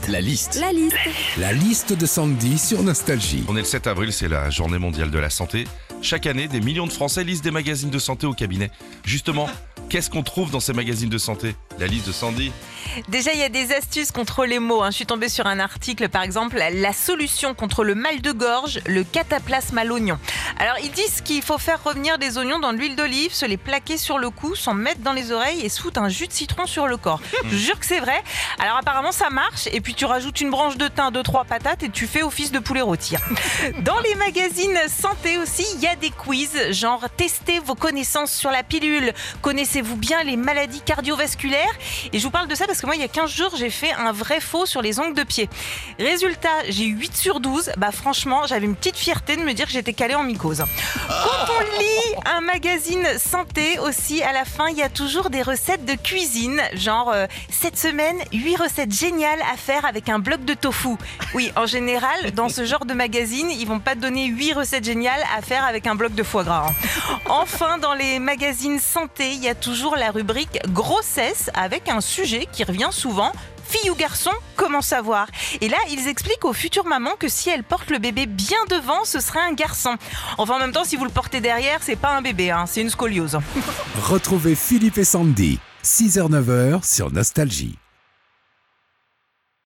La liste. La liste. La liste de Sandy sur Nostalgie. On est le 7 avril, c'est la journée mondiale de la santé. Chaque année, des millions de Français lisent des magazines de santé au cabinet. Justement, qu'est-ce qu'on trouve dans ces magazines de santé? La liste de Sandy. Déjà, il y a des astuces contre les maux. Je suis tombée sur un article, par exemple, la solution contre le mal de gorge, le cataplasme à l'oignon. Alors, ils disent qu'il faut faire revenir des oignons dans de l'huile d'olive, se les plaquer sur le cou, s'en mettre dans les oreilles et se foutre un jus de citron sur le corps. Je vous jure que c'est vrai. Alors, apparemment, ça marche. Et puis, tu rajoutes une branche de thym, 2-3 patates et tu fais office de poulet rôti. Dans les magazines santé aussi, il y a des quiz, genre testez vos connaissances sur la pilule. Connaissez-vous bien les maladies cardiovasculaires? Et je vous parle de ça parce que moi, il y a 15 jours, j'ai fait un vrai faux sur les ongles de pied. Résultat, j'ai eu 8 sur 12. Franchement, j'avais une petite fierté de me dire que j'étais calée en mycose. Quand on lit un magazine santé aussi, à la fin, il y a toujours des recettes de cuisine. Genre, cette semaine, 8 recettes géniales à faire avec un bloc de tofu. Oui, en général, dans ce genre de magazine, ils vont pas te donner 8 recettes géniales à faire avec un bloc de foie gras. Enfin, dans les magazines santé, il y a toujours la rubrique grossesse avec un sujet qui revient souvent. Fille ou garçon, comment savoir? Et là, ils expliquent aux futures mamans que si elles portent le bébé bien devant, ce serait un garçon. Enfin, en même temps, si vous le portez derrière, c'est pas un bébé, c'est une scoliose. Retrouvez Philippe et Sandy, 6h-9h sur Nostalgie.